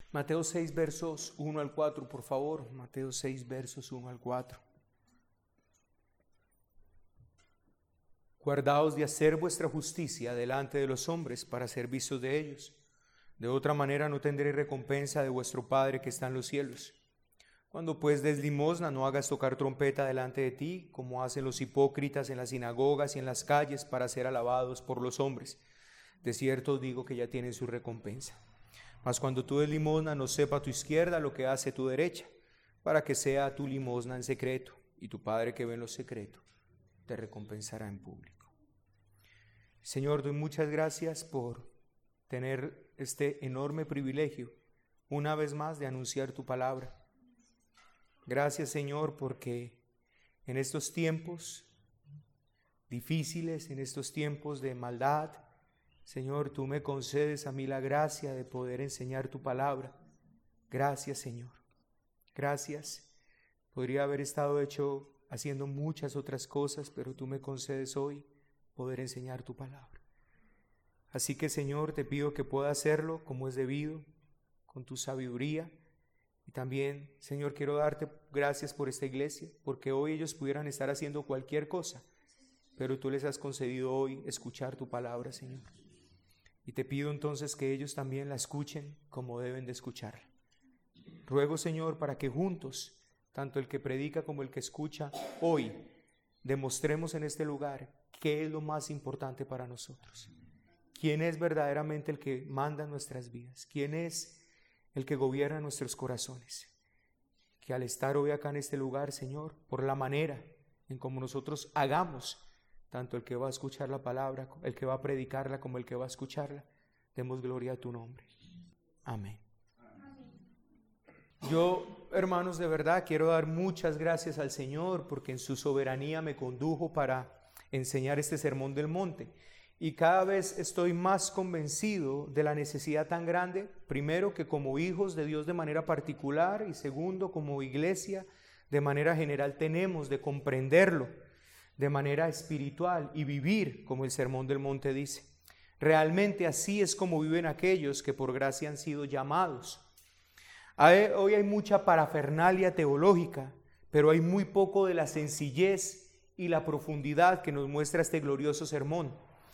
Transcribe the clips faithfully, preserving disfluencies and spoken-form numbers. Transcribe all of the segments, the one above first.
Mateo seis, versos uno al cuatro, por favor. Mateo seis, versos uno al cuatro. Guardaos de hacer vuestra justicia delante de los hombres para ser vistos de ellos. De otra manera no tendréis recompensa de vuestro Padre que está en los cielos. Cuando pues des limosna, no hagas tocar trompeta delante de ti, como hacen los hipócritas en las sinagogas y en las calles para ser alabados por los hombres. De cierto os digo que ya tienen su recompensa. Mas cuando tú des limosna, no sepa tu izquierda lo que hace tu derecha, para que sea tu limosna en secreto, y tu Padre que ve en lo secreto te recompensará en público. Señor, doy muchas gracias por tener este enorme privilegio, una vez más, de anunciar tu palabra. Gracias, Señor, porque en estos tiempos difíciles, en estos tiempos de maldad, Señor, tú me concedes a mí la gracia de poder enseñar tu palabra. Gracias, Señor. Gracias. Podría haber estado hecho haciendo muchas otras cosas, pero tú me concedes hoy poder enseñar tu palabra. Así que, Señor, te pido que pueda hacerlo como es debido, con tu sabiduría. Y también, Señor, quiero darte gracias por esta iglesia, porque hoy ellos pudieran estar haciendo cualquier cosa, pero tú les has concedido hoy escuchar tu palabra, Señor. Y te pido entonces que ellos también la escuchen como deben de escucharla. Ruego, Señor, para que juntos, tanto el que predica como el que escucha, hoy demostremos en este lugar qué es lo más importante para nosotros. ¿Quién es verdaderamente el que manda en nuestras vidas? ¿Quién es el que gobierna nuestros corazones? Que al estar hoy acá en este lugar, Señor, por la manera en cómo nosotros hagamos, tanto el que va a escuchar la palabra, el que va a predicarla, como el que va a escucharla, demos gloria a tu nombre. Amén. Yo, hermanos, de verdad quiero dar muchas gracias al Señor, porque en su soberanía me condujo para enseñar este sermón del monte. Y cada vez estoy más convencido de la necesidad tan grande, primero, que como hijos de Dios de manera particular, y segundo, como iglesia de manera general, tenemos de comprenderlo de manera espiritual y vivir como el Sermón del Monte dice. Realmente así es como viven aquellos que por gracia han sido llamados. Hoy hay mucha parafernalia teológica, pero hay muy poco de la sencillez y la profundidad que nos muestra este glorioso sermón.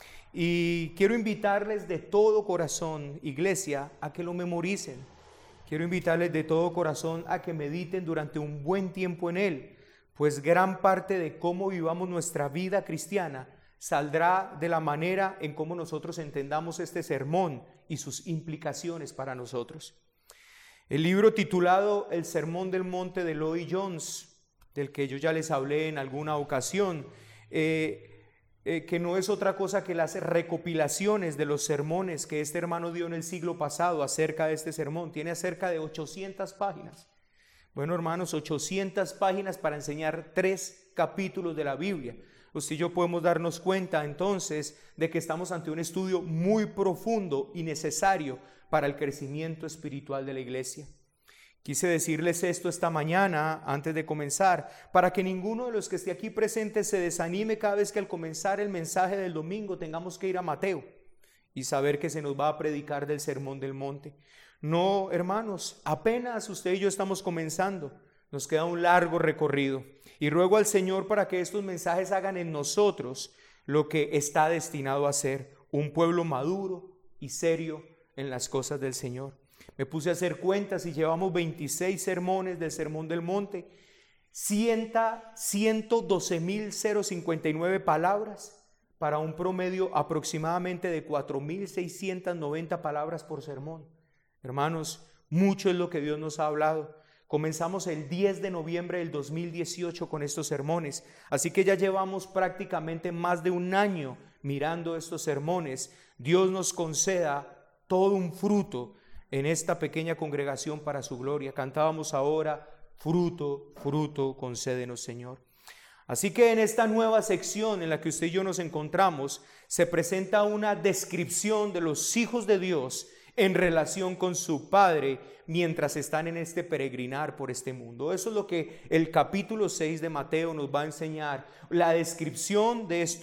Y quiero invitarles de todo corazón, iglesia, a que lo memoricen. Quiero invitarles de todo corazón a que mediten durante un buen tiempo en él, pues gran parte de cómo vivamos nuestra vida cristiana saldrá de la manera en cómo nosotros entendamos este sermón y sus implicaciones para nosotros. El libro titulado El Sermón del Monte de Lloyd Jones, del que yo ya les hablé en alguna ocasión, eh, Eh, que no es otra cosa que las recopilaciones de los sermones que este hermano dio en el siglo pasado acerca de este sermón. Tiene cerca de ochocientas páginas. Bueno, hermanos, ochocientas páginas para enseñar tres capítulos de la Biblia. Usted y yo podemos darnos cuenta entonces de que estamos ante un estudio muy profundo y necesario para el crecimiento espiritual de la iglesia. Quise decirles esto esta mañana antes de comenzar, para que ninguno de los que esté aquí presente se desanime cada vez que al comenzar el mensaje del domingo tengamos que ir a Mateo y saber que se nos va a predicar del Sermón del Monte. No, hermanos, apenas usted y yo estamos comenzando, nos queda un largo recorrido. Y ruego al Señor para que estos mensajes hagan en nosotros lo que está destinado a ser, un pueblo maduro y serio en las cosas del Señor. Me puse a hacer cuentas y llevamos veintiséis sermones del Sermón del Monte, ciento doce mil cincuenta y nueve palabras para un promedio aproximadamente de cuatro mil seiscientas noventa palabras por sermón. Hermanos, mucho es lo que Dios nos ha hablado. Comenzamos el diez de noviembre del dos mil dieciocho con estos sermones, así que ya llevamos prácticamente más de un año mirando estos sermones. Dios nos conceda todo un fruto en esta pequeña congregación para su gloria. Cantábamos ahora, fruto, fruto, concédenos, Señor. Así que en esta nueva sección en la que usted y yo nos encontramos, se presenta una descripción de los hijos de Dios en relación con su Padre mientras están en este peregrinar por este mundo. Eso es lo que el capítulo seis de Mateo nos va a enseñar, la descripción de estos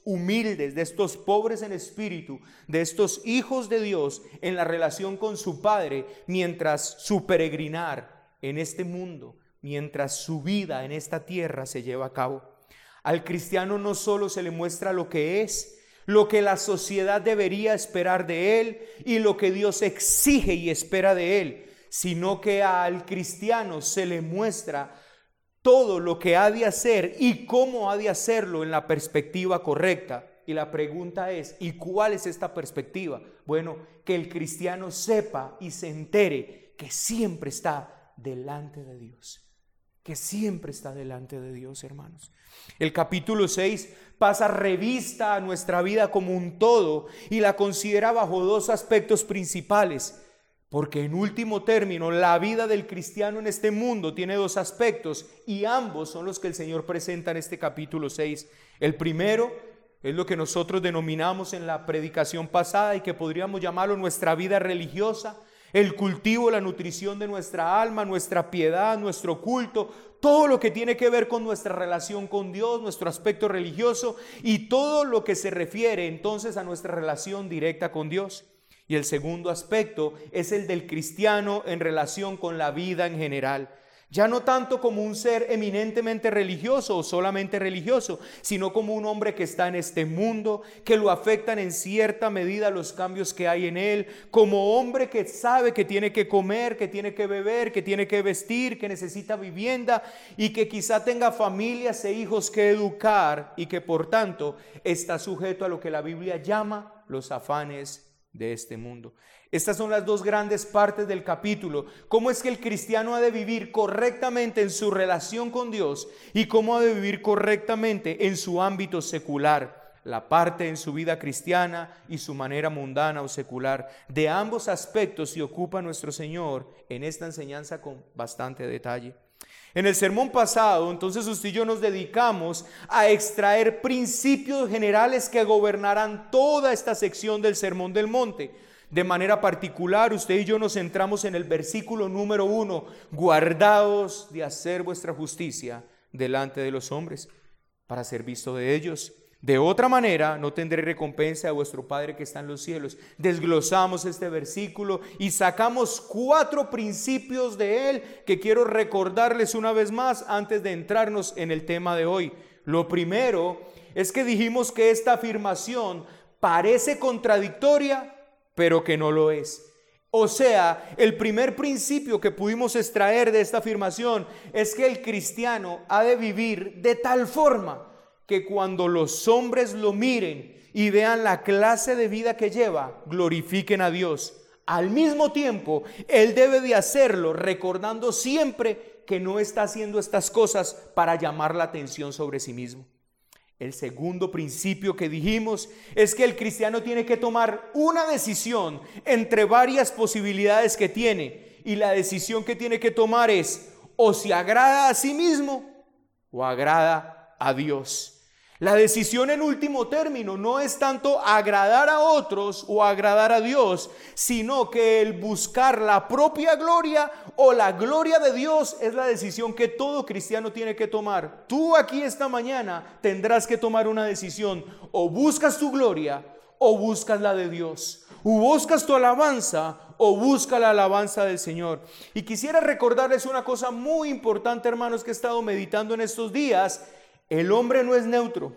humildes, de estos pobres en espíritu, de estos hijos de Dios en la relación con su Padre, mientras su peregrinar en este mundo, mientras su vida en esta tierra se lleva a cabo. Al cristiano no solo se le muestra lo que es, lo que la sociedad debería esperar de él y lo que Dios exige y espera de él, sino que al cristiano se le muestra todo lo que ha de hacer y cómo ha de hacerlo en la perspectiva correcta. Y la pregunta es, ¿y cuál es esta perspectiva? Bueno, que el cristiano sepa y se entere que siempre está delante de Dios, que siempre está delante de Dios, hermanos. El capítulo seis pasa revista a nuestra vida como un todo y la considera bajo dos aspectos principales. Porque en último término, la vida del cristiano en este mundo tiene dos aspectos y ambos son los que el Señor presenta en este capítulo seis. El primero es lo que nosotros denominamos en la predicación pasada y que podríamos llamarlo nuestra vida religiosa, el cultivo, la nutrición de nuestra alma, nuestra piedad, nuestro culto, todo lo que tiene que ver con nuestra relación con Dios, nuestro aspecto religioso y todo lo que se refiere entonces a nuestra relación directa con Dios. Y el segundo aspecto es el del cristiano en relación con la vida en general. Ya no tanto como un ser eminentemente religioso o solamente religioso, sino como un hombre que está en este mundo, que lo afectan en cierta medida los cambios que hay en él, como hombre que sabe que tiene que comer, que tiene que beber, que tiene que vestir, que necesita vivienda y que quizá tenga familias e hijos que educar y que por tanto está sujeto a lo que la Biblia llama los afanes de este mundo. Estas son las dos grandes partes del capítulo. Cómo es que el cristiano ha de vivir correctamente en su relación con Dios y cómo ha de vivir correctamente en su ámbito secular, la parte en su vida cristiana y su manera mundana o secular. De ambos aspectos se ocupa nuestro Señor en esta enseñanza con bastante detalle. En el sermón pasado, entonces usted y yo nos dedicamos a extraer principios generales que gobernarán toda esta sección del Sermón del Monte. De manera particular, usted y yo nos centramos en el versículo número uno, guardaos de hacer vuestra justicia delante de los hombres, para ser visto de ellos. De otra manera, no tendré recompensa de vuestro Padre que está en los cielos. Desglosamos este versículo y sacamos cuatro principios de él que quiero recordarles una vez más antes de entrarnos en el tema de hoy. Lo primero es que dijimos que esta afirmación parece contradictoria, pero que no lo es. O sea, el primer principio que pudimos extraer de esta afirmación es que el cristiano ha de vivir de tal forma que cuando los hombres lo miren y vean la clase de vida que lleva, glorifiquen a Dios. Al mismo tiempo, él debe de hacerlo recordando siempre que no está haciendo estas cosas para llamar la atención sobre sí mismo. El segundo principio que dijimos es que el cristiano tiene que tomar una decisión entre varias posibilidades que tiene, y la decisión que tiene que tomar es o se agrada a sí mismo o agrada a Dios. La decisión en último término no es tanto agradar a otros o agradar a Dios, sino que el buscar la propia gloria o la gloria de Dios es la decisión que todo cristiano tiene que tomar. Tú aquí esta mañana tendrás que tomar una decisión: o buscas tu gloria o buscas la de Dios, o buscas tu alabanza o busca la alabanza del Señor. Y quisiera recordarles una cosa muy importante, hermanos, que he estado meditando en estos días. El hombre no es neutro.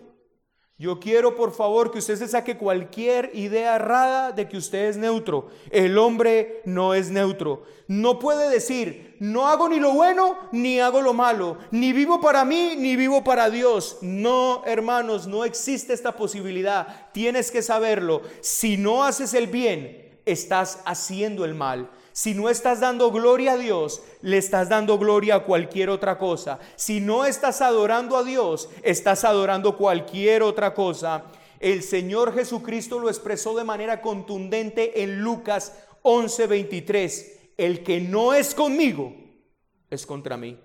Yo quiero, por favor, que usted se saque cualquier idea errada de que usted es neutro. El hombre no es neutro. No puede decir, no hago ni lo bueno ni hago lo malo, ni vivo para mí ni vivo para Dios. No, hermanos, no existe esta posibilidad. Tienes que saberlo. Si no haces el bien, estás haciendo el mal. Si no estás dando gloria a Dios, le estás dando gloria a cualquier otra cosa. Si no estás adorando a Dios, estás adorando cualquier otra cosa. El Señor Jesucristo lo expresó de manera contundente en Lucas once veintitrés. El que no es conmigo, es contra mí.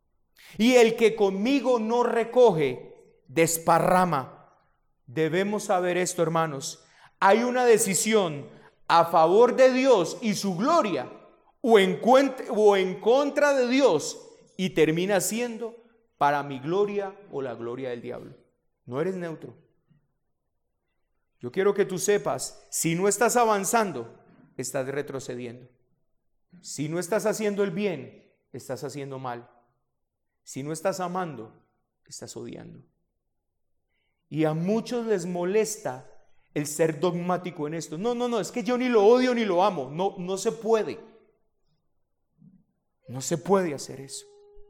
Y el que conmigo no recoge, desparrama. Debemos saber esto, hermanos. Hay una decisión a favor de Dios y su gloria, o en, o en contra de Dios, y termina siendo para mi gloria o la gloria del diablo. No eres neutro. Yo quiero que tú sepas, si no estás avanzando, estás retrocediendo. Si no estás haciendo el bien, estás haciendo mal. Si no estás amando, estás odiando. Y a muchos les molesta el ser dogmático en esto. No, no, no, es que yo ni lo odio ni lo amo. No, no se puede. No se puede hacer eso.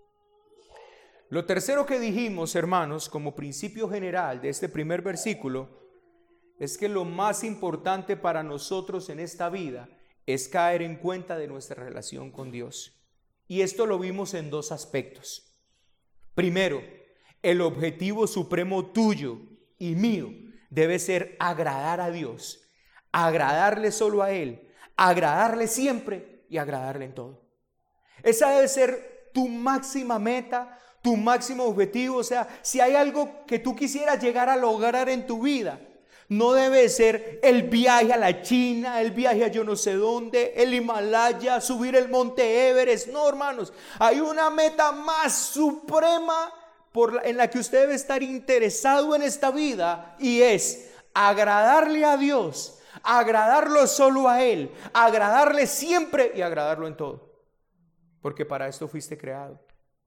Lo tercero que dijimos, hermanos, como principio general de este primer versículo, es que lo más importante para nosotros en esta vida es caer en cuenta de nuestra relación con Dios. Y esto lo vimos en dos aspectos. Primero, el objetivo supremo tuyo y mío debe ser agradar a Dios, agradarle solo a Él, agradarle siempre y agradarle en todo. Esa debe ser tu máxima meta, tu máximo objetivo. O sea, si hay algo que tú quisieras llegar a lograr en tu vida, no debe ser el viaje a la China, el viaje a yo no sé dónde, el Himalaya, subir el monte Everest. No, hermanos, hay una meta más suprema por la, en la que usted debe estar interesado en esta vida, y es agradarle a Dios, agradarlo solo a Él, agradarle siempre y agradarlo en todo. Porque para esto fuiste creado.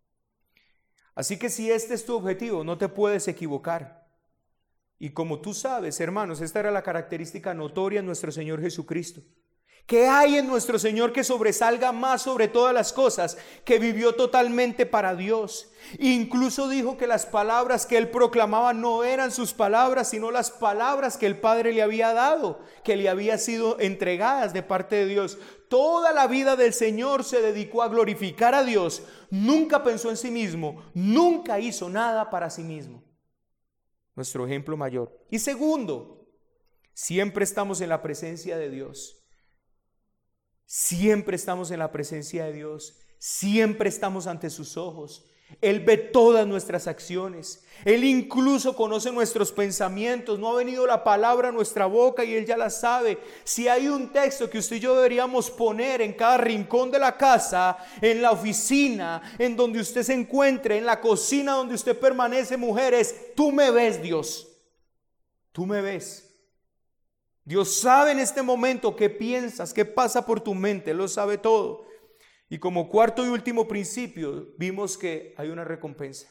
Así que si este es tu objetivo, no te puedes equivocar. Y como tú sabes, hermanos, esta era la característica notoria en nuestro Señor Jesucristo. ¿Qué hay en nuestro Señor que sobresalga más sobre todas las cosas? Que vivió totalmente para Dios. Incluso dijo que las palabras que Él proclamaba no eran sus palabras, sino las palabras que el Padre le había dado, que le habían sido entregadas de parte de Dios. Toda la vida del Señor se dedicó a glorificar a Dios. Nunca pensó en sí mismo, nunca hizo nada para sí mismo. Nuestro ejemplo mayor. Y segundo, siempre estamos en la presencia de Dios. Siempre estamos en la presencia de Dios. Siempre estamos ante sus ojos. Él ve todas nuestras acciones. Él incluso conoce nuestros pensamientos. No ha venido la palabra a nuestra boca y Él ya la sabe. Si hay un texto que usted y yo deberíamos poner en cada rincón de la casa, en la oficina, en donde usted se encuentre, en la cocina donde usted permanece, mujeres, tú me ves, Dios. Tú me ves. Dios sabe en este momento qué piensas, qué pasa por tu mente. Él lo sabe todo. Y como cuarto y último principio, vimos que hay una recompensa.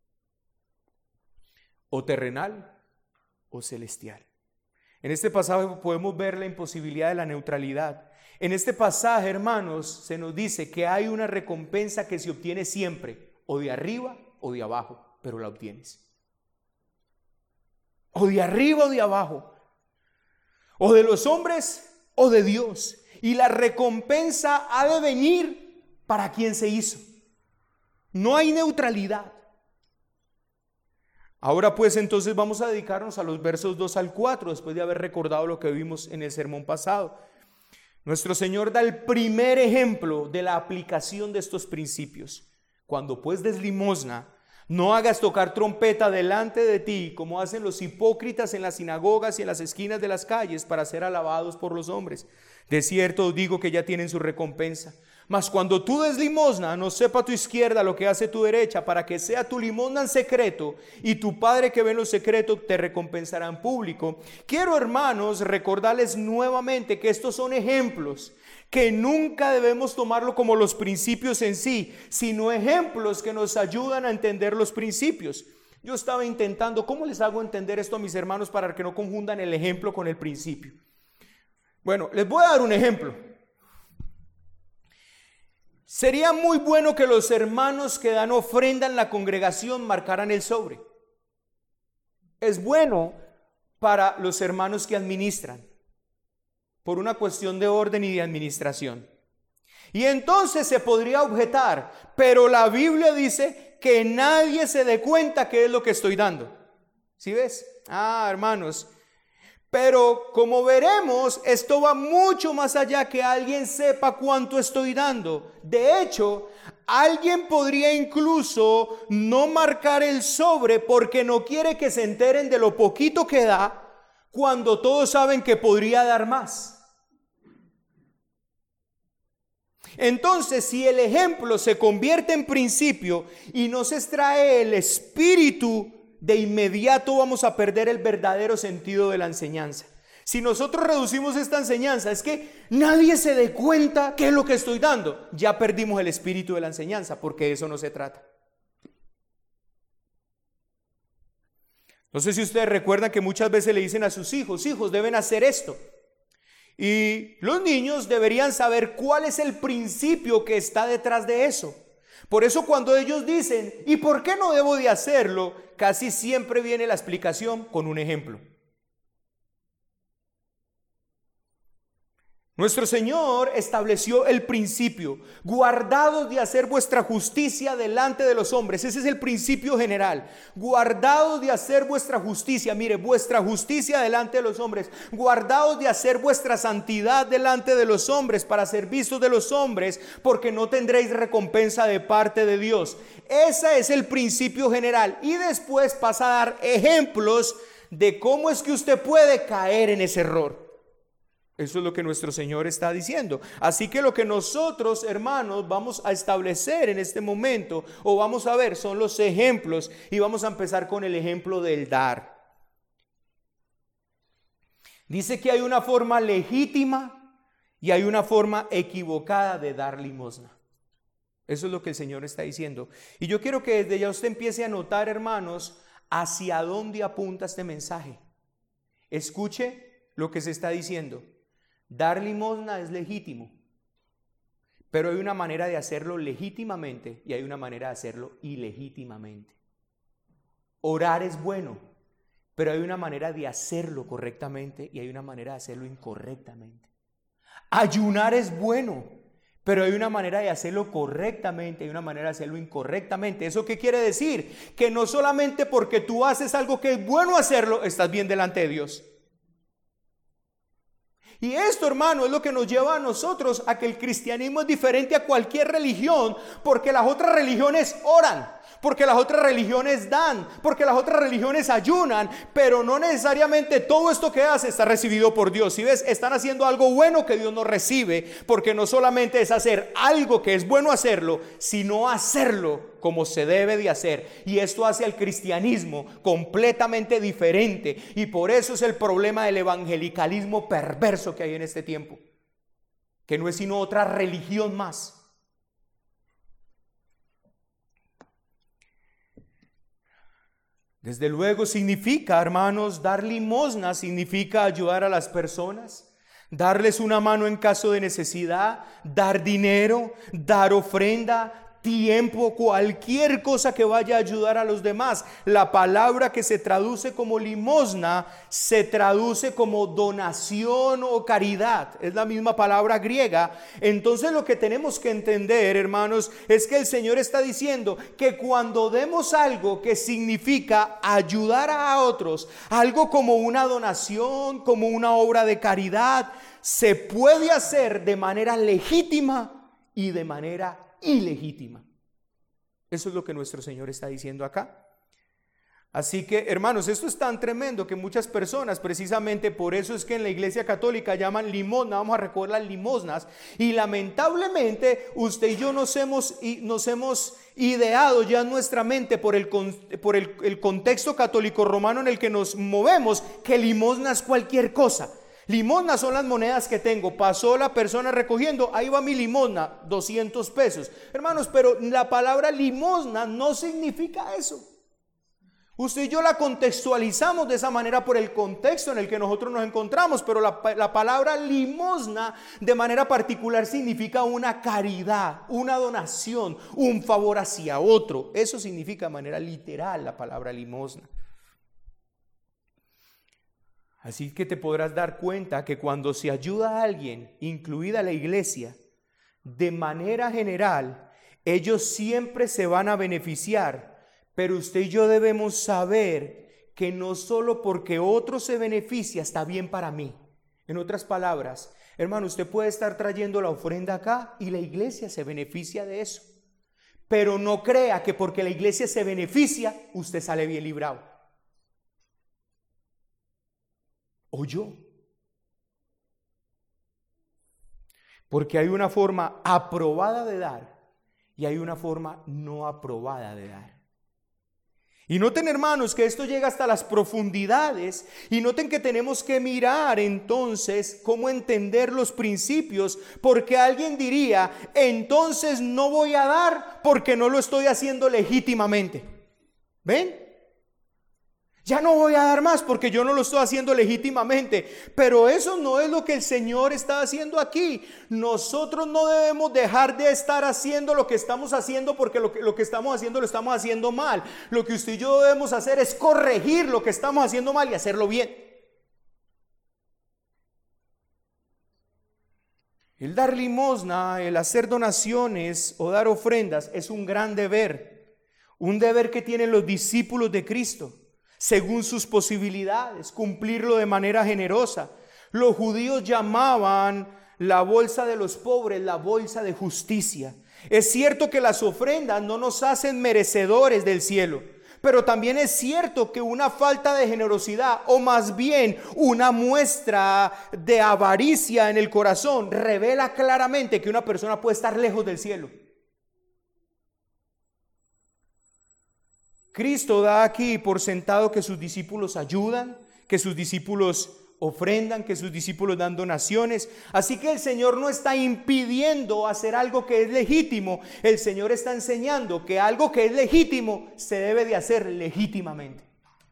O terrenal o celestial. En este pasaje podemos ver la imposibilidad de la neutralidad. En este pasaje, hermanos, se nos dice que hay una recompensa que se obtiene siempre, o de arriba o de abajo, pero la obtienes. O de arriba o de abajo. O de los hombres o de Dios. Y la recompensa ha de venir para quien se hizo. No hay neutralidad. Ahora pues entonces vamos a dedicarnos a los versos dos al cuatro, después de haber recordado lo que vimos en el sermón pasado. Nuestro Señor da el primer ejemplo de la aplicación de estos principios. Cuando pues des limosna, no hagas tocar trompeta delante de ti, como hacen los hipócritas en las sinagogas y en las esquinas de las calles, para ser alabados por los hombres. De cierto os digo que ya tienen su recompensa. Mas cuando tú des limosna, no sepa tu izquierda lo que hace tu derecha, para que sea tu limosna en secreto, y tu Padre que ve en lo secreto te recompensará en público. Quiero, hermanos, recordarles nuevamente que estos son ejemplos, que nunca debemos tomarlo como los principios en sí, sino ejemplos que nos ayudan a entender los principios. Yo estaba intentando, ¿cómo les hago entender esto a mis hermanos para que no confundan el ejemplo con el principio? Bueno, les voy a dar un ejemplo. Sería muy bueno que los hermanos que dan ofrenda en la congregación marcaran el sobre. Es bueno para los hermanos que administran, por una cuestión de orden y de administración. Y entonces se podría objetar, pero la Biblia dice que nadie se dé cuenta qué es lo que estoy dando. ¿Sí ves? Ah, hermanos, pero como veremos, esto va mucho más allá que alguien sepa cuánto estoy dando. De hecho, alguien podría incluso no marcar el sobre porque no quiere que se enteren de lo poquito que da, cuando todos saben que podría dar más. Entonces, si el ejemplo se convierte en principio y nos extrae el espíritu de inmediato vamos a perder el verdadero sentido de la enseñanza. Si nosotros reducimos esta enseñanza, es que nadie se dé cuenta qué es lo que estoy dando. Ya perdimos el espíritu de la enseñanza, porque de eso no se trata. No sé si ustedes recuerdan que muchas veces le dicen a sus hijos, hijos, deben hacer esto. Y los niños deberían saber cuál es el principio que está detrás de eso. Por eso cuando ellos dicen, ¿y por qué no debo de hacerlo? Casi siempre viene la explicación con un ejemplo. Nuestro Señor estableció el principio, guardados de hacer vuestra justicia delante de los hombres. Ese es el principio general. Guardados de hacer vuestra justicia, mire, vuestra justicia delante de los hombres. Guardados de hacer vuestra santidad delante de los hombres, para ser vistos de los hombres, porque no tendréis recompensa de parte de Dios. Ese es el principio general. Y después pasa a dar ejemplos de cómo es que usted puede caer en ese error. Eso es lo que nuestro Señor está diciendo. Así que lo que nosotros, hermanos, vamos a establecer en este momento, o vamos a ver, son los ejemplos. Y vamos a empezar con el ejemplo del dar. Dice que hay una forma legítima y hay una forma equivocada de dar limosna. Eso es lo que el Señor está diciendo. Y yo quiero que desde ya usted empiece a notar, hermanos, hacia dónde apunta este mensaje. Escuche lo que se está diciendo. Dar limosna es legítimo, pero hay una manera de hacerlo legítimamente y hay una manera de hacerlo ilegítimamente. Orar es bueno, pero hay una manera de hacerlo correctamente y hay una manera de hacerlo incorrectamente. Ayunar es bueno, pero hay una manera de hacerlo correctamente y una manera de hacerlo incorrectamente. ¿Eso qué quiere decir? Que no solamente porque tú haces algo que es bueno hacerlo, estás bien delante de Dios. Y esto, hermano, es lo que nos lleva a nosotros a que el cristianismo es diferente a cualquier religión, porque las otras religiones oran, porque las otras religiones dan, porque las otras religiones ayunan, pero no necesariamente todo esto que hace está recibido por Dios. Si ves, están haciendo algo bueno que Dios no recibe, porque no solamente es hacer algo que es bueno hacerlo, sino hacerlo como se debe de hacer. Y esto hace al cristianismo completamente diferente, y por eso es el problema del evangelicalismo perverso que hay en este tiempo, que no es sino otra religión más. Desde luego significa, hermanos, dar limosna significa ayudar a las personas, darles una mano en caso de necesidad, dar dinero, dar ofrenda, tiempo, cualquier cosa que vaya a ayudar a los demás. La palabra que se traduce como limosna se traduce como donación o caridad, es la misma palabra griega. Entonces lo que tenemos que entender, hermanos, es que el Señor está diciendo que cuando demos algo que significa ayudar a otros, algo como una donación, como una obra de caridad, se puede hacer de manera legítima y de manera ilegítima. Eso es lo que nuestro Señor está diciendo acá. Así que, hermanos, esto es tan tremendo que muchas personas, precisamente por eso es que en la Iglesia Católica llaman limosna, vamos a recoger las limosnas, y lamentablemente usted y yo nos hemos, nos hemos ideado ya en nuestra mente por, el, por el, el contexto católico romano en el que nos movemos, que limosna es cualquier cosa. Limosna son las monedas que tengo. Pasó la persona recogiendo, ahí va mi limosna, doscientos pesos. Hermanos, pero la palabra limosna no significa eso. Usted y yo la contextualizamos de esa manera por el contexto en el que nosotros nos encontramos, pero la, la palabra limosna de manera particular significa una caridad, una donación, un favor hacia otro. Eso significa de manera literal la palabra limosna. Así que te podrás dar cuenta que cuando se ayuda a alguien, incluida la iglesia, de manera general, ellos siempre se van a beneficiar, pero usted y yo debemos saber que no solo porque otro se beneficia está bien para mí. En otras palabras, hermano, usted puede estar trayendo la ofrenda acá y la iglesia se beneficia de eso, pero no crea que porque la iglesia se beneficia, usted sale bien librado. O yo. Porque hay una forma aprobada de dar y hay una forma no aprobada de dar. Y noten, hermanos, que esto llega hasta las profundidades, y noten que tenemos que mirar entonces cómo entender los principios, porque alguien diría, entonces no voy a dar porque no lo estoy haciendo legítimamente. ¿Ven? Ya no voy a dar más porque yo no lo estoy haciendo legítimamente. Pero eso no es lo que el Señor está haciendo aquí. Nosotros no debemos dejar de estar haciendo lo que estamos haciendo porque lo que, lo que estamos haciendo lo estamos haciendo mal. Lo que usted y yo debemos hacer es corregir lo que estamos haciendo mal y hacerlo bien. El dar limosna, el hacer donaciones o dar ofrendas es un gran deber. Un deber que tienen los discípulos de Cristo. Según sus posibilidades, cumplirlo de manera generosa. Los judíos llamaban la bolsa de los pobres la bolsa de justicia. Es cierto que las ofrendas no nos hacen merecedores del cielo, pero también es cierto que una falta de generosidad, o más bien una muestra de avaricia en el corazón, revela claramente que una persona puede estar lejos del cielo. Cristo da aquí por sentado que sus discípulos ayudan, que sus discípulos ofrendan, que sus discípulos dan donaciones. Así que el Señor no está impidiendo hacer algo que es legítimo. El Señor está enseñando que algo que es legítimo se debe de hacer legítimamente.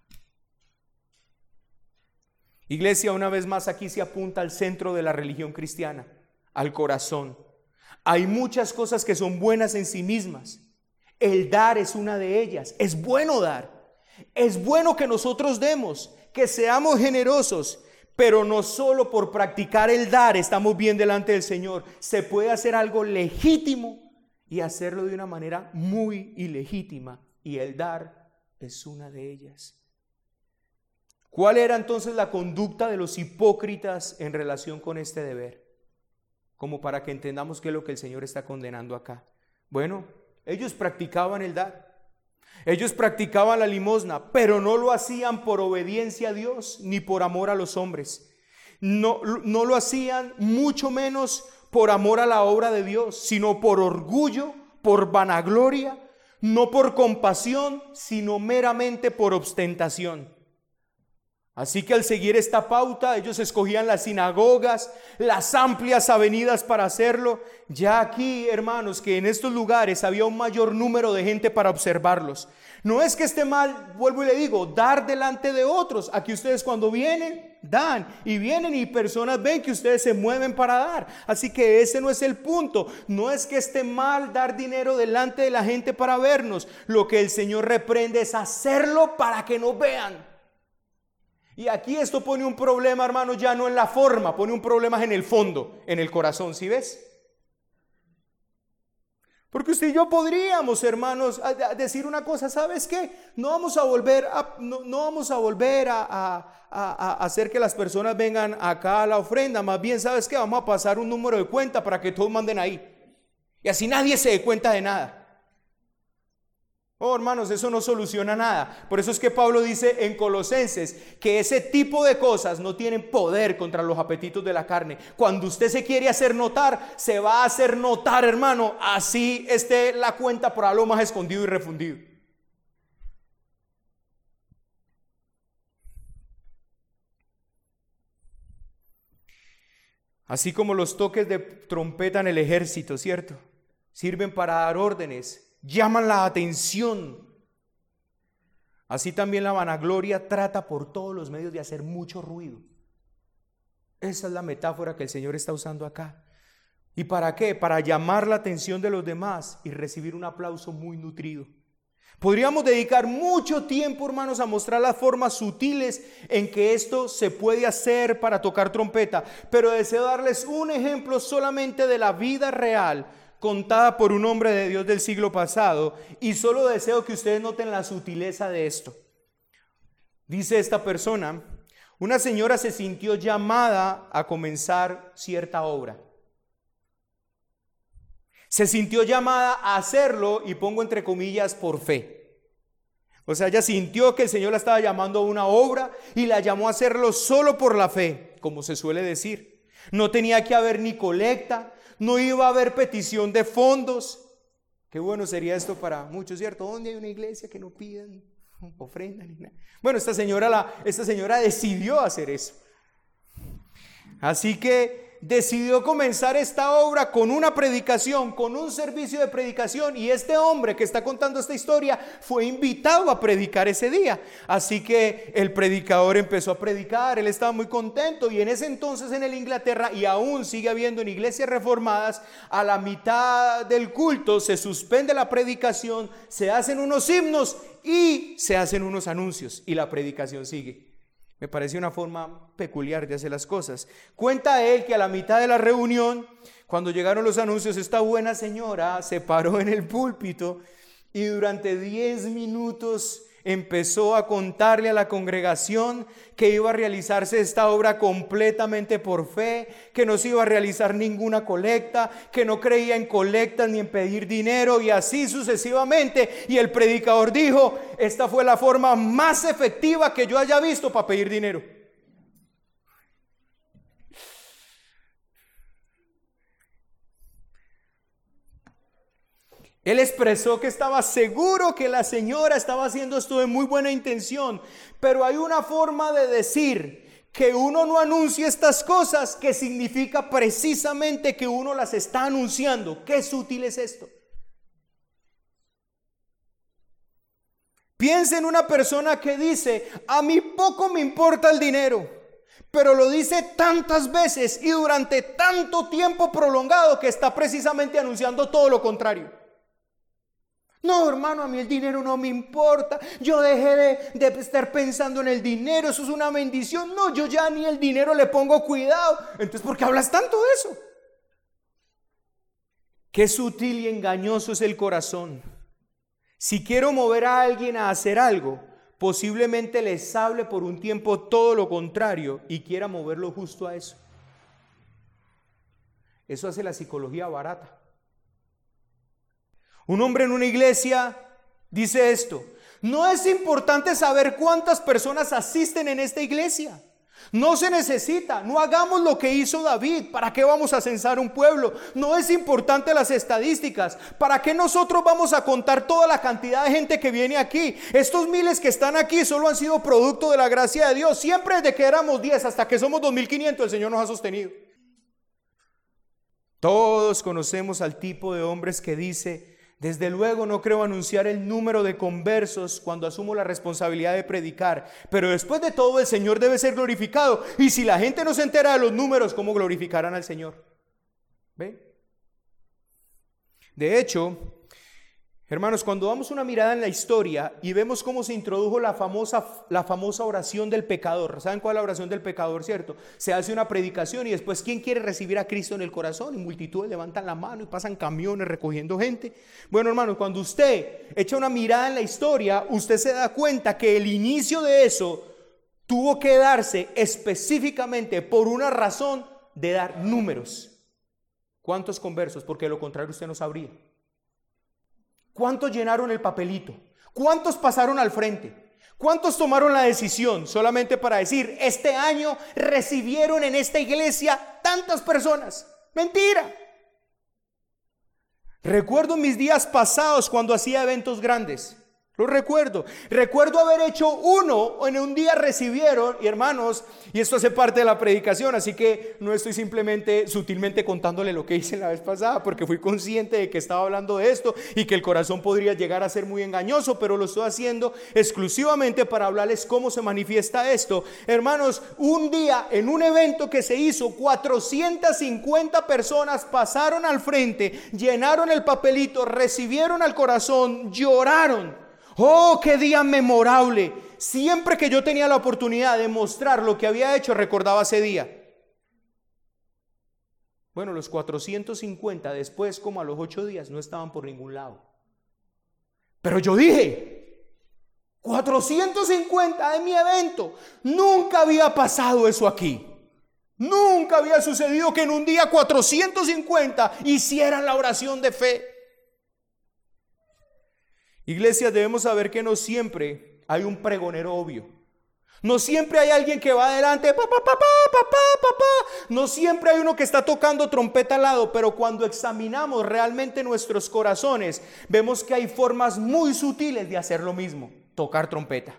Iglesia, una vez más aquí se apunta al centro de la religión cristiana, al corazón. Hay muchas cosas que son buenas en sí mismas. El dar es una de ellas. Es bueno dar. Es bueno que nosotros demos, que seamos generosos, pero no solo por practicar el dar estamos bien delante del Señor. Se puede hacer algo legítimo y hacerlo de una manera muy ilegítima, y el dar es una de ellas. ¿Cuál era entonces la conducta de los hipócritas en relación con este deber? Como para que entendamos qué es lo que el Señor está condenando acá. Bueno, ellos practicaban el dar, ellos practicaban la limosna, pero no lo hacían por obediencia a Dios ni por amor a los hombres. No, no lo hacían mucho menos por amor a la obra de Dios, sino por orgullo, por vanagloria, no por compasión, sino meramente por ostentación. Así que al seguir esta pauta, ellos escogían las sinagogas, las amplias avenidas para hacerlo. Ya aquí, hermanos, que en estos lugares había un mayor número de gente para observarlos. No es que esté mal, vuelvo y le digo, dar delante de otros. Aquí ustedes cuando vienen, dan. Y vienen y personas ven que ustedes se mueven para dar. Así que ese no es el punto. No es que esté mal dar dinero delante de la gente para vernos. Lo que el Señor reprende es hacerlo para que nos vean. Y aquí esto pone un problema, hermano, ya no en la forma, pone un problema en el fondo, en el corazón, ¿sí ves? Porque usted y yo podríamos, hermanos, a, a decir una cosa, ¿sabes qué? No vamos a volver a, no, no vamos a, volver a, a, a, a hacer que las personas vengan acá a la ofrenda. Más bien, ¿sabes qué? Vamos a pasar un número de cuenta para que todos manden ahí. Y así nadie se dé cuenta de nada. Oh, hermanos, eso no soluciona nada. Por eso es que Pablo dice en Colosenses que ese tipo de cosas no tienen poder contra los apetitos de la carne. Cuando usted se quiere hacer notar, se va a hacer notar, hermano, así esté la cuenta por algo más escondido y refundido. Así como los toques de trompeta en el ejército, ¿cierto? Sirven para dar órdenes. Llaman la atención. Así también la vanagloria trata por todos los medios de hacer mucho ruido. Esa es la metáfora que el Señor está usando acá. ¿Y para qué? Para llamar la atención de los demás y recibir un aplauso muy nutrido. Podríamos dedicar mucho tiempo, hermanos, a mostrar las formas sutiles en que esto se puede hacer para tocar trompeta, pero deseo darles un ejemplo solamente de la vida real contada por un hombre de Dios del siglo pasado, y solo deseo que ustedes noten la sutileza de esto. Dice esta persona: una señora se sintió llamada a comenzar cierta obra. Se sintió llamada a hacerlo, y pongo entre comillas, por fe. O sea, ella sintió que el Señor la estaba llamando a una obra y la llamó a hacerlo solo por la fe, como se suele decir. No tenía que haber ni colecta, no iba a haber petición de fondos. Qué bueno sería esto para muchos, ¿cierto? ¿Dónde hay una iglesia que no pidan? ofrenda ni nada. Bueno, esta señora, la, esta señora decidió hacer eso. Así que decidió comenzar esta obra con una predicación, con un servicio de predicación, y este hombre que está contando esta historia fue invitado a predicar ese día. Así que el predicador empezó a predicar, él estaba muy contento, y en ese entonces en el Inglaterra, y aún sigue habiendo en iglesias reformadas, a la mitad del culto se suspende la predicación, se hacen unos himnos y se hacen unos anuncios, y la predicación sigue. Me parece una forma peculiar de hacer las cosas. Cuenta él que a la mitad de la reunión, cuando llegaron los anuncios, esta buena señora se paró en el púlpito y durante diez minutos empezó a contarle a la congregación que iba a realizarse esta obra completamente por fe, que no se iba a realizar ninguna colecta, que no creía en colectas ni en pedir dinero, y así sucesivamente. Y el predicador dijo: esta fue la forma más efectiva que yo haya visto para pedir dinero. Él expresó que estaba seguro que la señora estaba haciendo esto de muy buena intención, pero hay una forma de decir que uno no anuncie estas cosas que significa precisamente que uno las está anunciando. Qué sutil es esto. Piensa en una persona que dice: a mí poco me importa el dinero, pero lo dice tantas veces y durante tanto tiempo prolongado que está precisamente anunciando todo lo contrario. No, hermano, a mí el dinero no me importa. Yo dejé de, de estar pensando en el dinero. Eso es una bendición. No, yo ya ni el dinero le pongo cuidado. Entonces, ¿por qué hablas tanto de eso? Qué sutil y engañoso es el corazón. Si quiero mover a alguien a hacer algo, posiblemente les hable por un tiempo todo lo contrario y quiera moverlo justo a eso. Eso hace la psicología barata. Un hombre en una iglesia dice esto: no es importante saber cuántas personas asisten en esta iglesia. No se necesita, no hagamos lo que hizo David. ¿Para qué vamos a censar un pueblo? No es importante las estadísticas. ¿Para qué nosotros vamos a contar toda la cantidad de gente que viene aquí? Estos miles que están aquí solo han sido producto de la gracia de Dios. Siempre desde que éramos diez hasta que somos dos mil quinientos el Señor nos ha sostenido. Todos conocemos al tipo de hombres que dice: desde luego no creo anunciar el número de conversos cuando asumo la responsabilidad de predicar, pero después de todo el Señor debe ser glorificado, y si la gente no se entera de los números, ¿cómo glorificarán al Señor? ¿Ven? De hecho, hermanos, cuando damos una mirada en la historia y vemos cómo se introdujo la famosa, la famosa oración del pecador. ¿Saben cuál es la oración del pecador, cierto? Se hace una predicación y después, ¿quién quiere recibir a Cristo en el corazón? Y multitudes levantan la mano y pasan camiones recogiendo gente. Bueno, hermanos, cuando usted echa una mirada en la historia, usted se da cuenta que el inicio de eso tuvo que darse específicamente por una razón de dar números. ¿Cuántos conversos? Porque de lo contrario usted no sabría. ¿Cuántos llenaron el papelito? ¿Cuántos pasaron al frente? ¿Cuántos tomaron la decisión solamente para decir: este año recibieron en esta iglesia tantas personas? Mentira. Recuerdo mis días pasados cuando hacía eventos grandes. Lo recuerdo. Recuerdo haber hecho uno, en un día recibieron, y hermanos, y esto hace parte de la predicación, así que no estoy simplemente sutilmente contándole lo que hice la vez pasada, porque fui consciente de que estaba hablando de esto y que el corazón podría llegar a ser muy engañoso, pero lo estoy haciendo exclusivamente para hablarles cómo se manifiesta esto. Hermanos, un día en un evento que se hizo, cuatrocientas cincuenta personas pasaron al frente, llenaron el papelito, recibieron al corazón, lloraron. ¡Oh, qué día memorable! Siempre que yo tenía la oportunidad de mostrar lo que había hecho, recordaba ese día. Bueno, los cuatrocientos cincuenta después, como a los ocho días, no estaban por ningún lado. Pero yo dije: cuatrocientos cincuenta de mi evento. Nunca había pasado eso aquí. Nunca había sucedido que en un día cuatrocientos cincuenta hicieran la oración de fe. Iglesias, debemos saber que no siempre hay un pregonero obvio. No siempre hay alguien que va adelante, papá, papá, papá, papá. No siempre hay uno que está tocando trompeta al lado, pero cuando examinamos realmente nuestros corazones, vemos que hay formas muy sutiles de hacer lo mismo. tocar trompeta.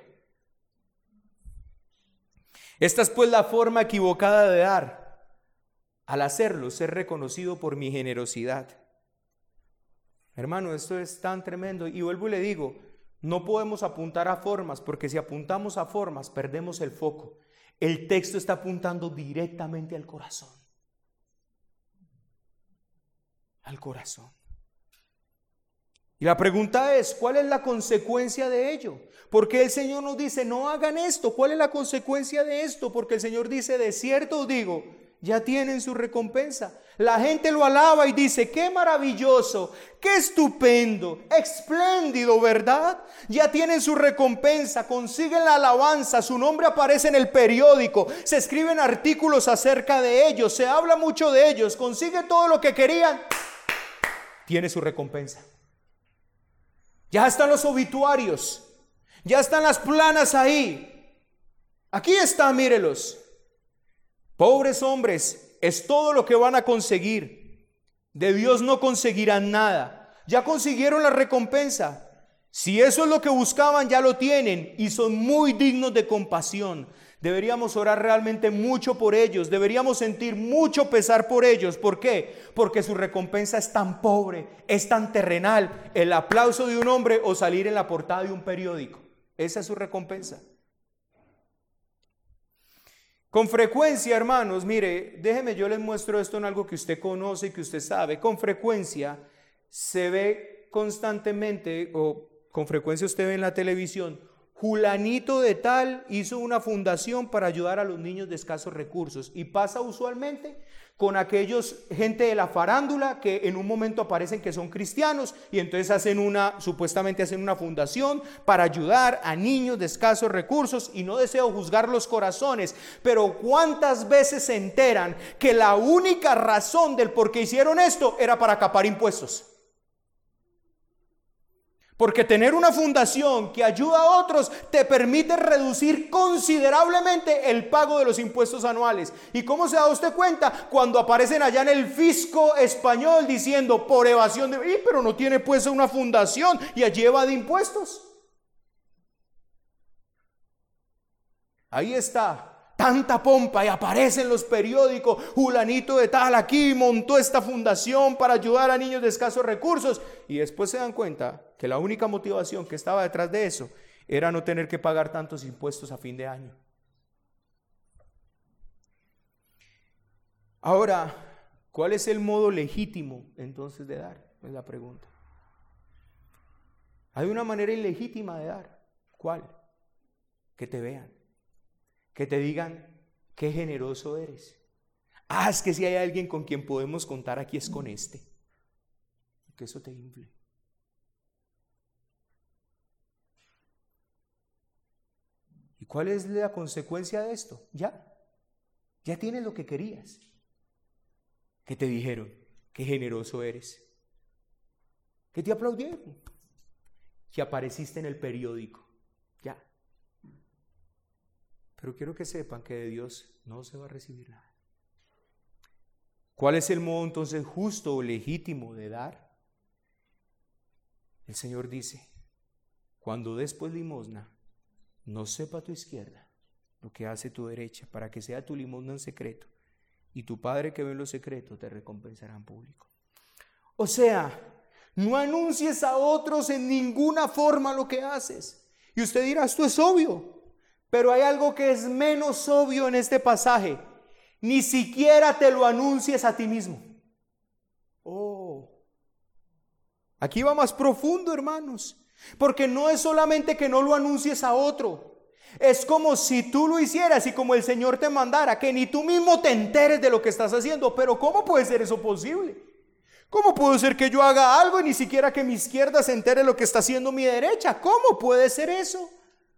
Esta es pues la forma equivocada de dar. Al hacerlo, ser reconocido por mi generosidad. Hermano, esto es tan tremendo. Y vuelvo y le digo, no podemos apuntar a formas, porque si apuntamos a formas, perdemos el foco. El texto está apuntando directamente al corazón. Al corazón. Y la pregunta es, ¿cuál es la consecuencia de ello? Porque el Señor nos dice, no hagan esto. ¿Cuál es la consecuencia de esto? Porque el Señor dice, de cierto os digo, ya tienen su recompensa. La gente lo alaba y dice, qué maravilloso, qué estupendo, espléndido, ¿verdad? Ya tienen su recompensa, consiguen la alabanza, su nombre aparece en el periódico, se escriben artículos acerca de ellos, se habla mucho de ellos, consigue todo lo que querían, tiene su recompensa. Ya están los obituarios, ya están las planas ahí. Aquí están, mírelos. Pobres hombres, es todo lo que van a conseguir. De Dios no conseguirán nada. Ya consiguieron la recompensa. Si eso es lo que buscaban, ya lo tienen y son muy dignos de compasión. Deberíamos orar realmente mucho por ellos. Deberíamos sentir mucho pesar por ellos. ¿Por qué? Porque su recompensa es tan pobre, es tan terrenal. El aplauso de un hombre o salir en la portada de un periódico. Esa es su recompensa. Con frecuencia, hermanos, mire, déjeme, yo les muestro esto en algo que usted conoce y que usted sabe. Con frecuencia se ve constantemente, o con frecuencia usted ve en la televisión, Julanito de tal hizo una fundación para ayudar a los niños de escasos recursos. Y pasa usualmente con aquellos, gente de la farándula, que en un momento aparecen que son cristianos y entonces hacen una, supuestamente hacen una fundación para ayudar a niños de escasos recursos. Y no deseo juzgar los corazones, pero ¿cuántas veces se enteran que la única razón del por qué hicieron esto era para acapar impuestos? Porque tener una fundación que ayuda a otros te permite reducir considerablemente el pago de los impuestos anuales. ¿Y cómo se da usted cuenta? Cuando aparecen allá en el fisco español diciendo por evasión de... ¡Y pero no tiene pues una fundación y allí evade impuestos! Ahí está. Tanta pompa y aparece en los periódicos, Julanito de tal aquí montó esta fundación para ayudar a niños de escasos recursos, y después se dan cuenta que la única motivación que estaba detrás de eso era no tener que pagar tantos impuestos a fin de año. Ahora, ¿cuál es el modo legítimo entonces de dar? Es la pregunta. Hay una manera ilegítima de dar. ¿Cuál? Que te vean. Que te digan, qué generoso eres. Ah, es que si hay alguien con quien podemos contar aquí es con este. Que eso te infle. ¿Y cuál es la consecuencia de esto? Ya, ya tienes lo que querías. Que te dijeron, qué generoso eres. Que te aplaudieron. Que apareciste en el periódico. Ya. Pero quiero que sepan que de Dios no se va a recibir nada. ¿Cuál es el modo entonces justo o legítimo de dar? El Señor dice, cuando des pues limosna, no sepa tu izquierda lo que hace tu derecha, para que sea tu limosna en secreto, y tu Padre que ve en lo secreto te recompensará en público. O sea, no anuncies a otros en ninguna forma lo que haces. Y usted dirá, esto es obvio. Pero hay algo que es menos obvio en este pasaje. Ni siquiera te lo anuncies a ti mismo. Oh. Aquí va más profundo, hermanos. Porque no es solamente que no lo anuncies a otro. Es como si tú lo hicieras y como el Señor te mandara, que ni tú mismo te enteres de lo que estás haciendo. Pero ¿cómo puede ser eso posible? ¿Cómo puede ser que yo haga algo y ni siquiera que mi izquierda se entere de lo que está haciendo mi derecha? ¿Cómo puede ser eso?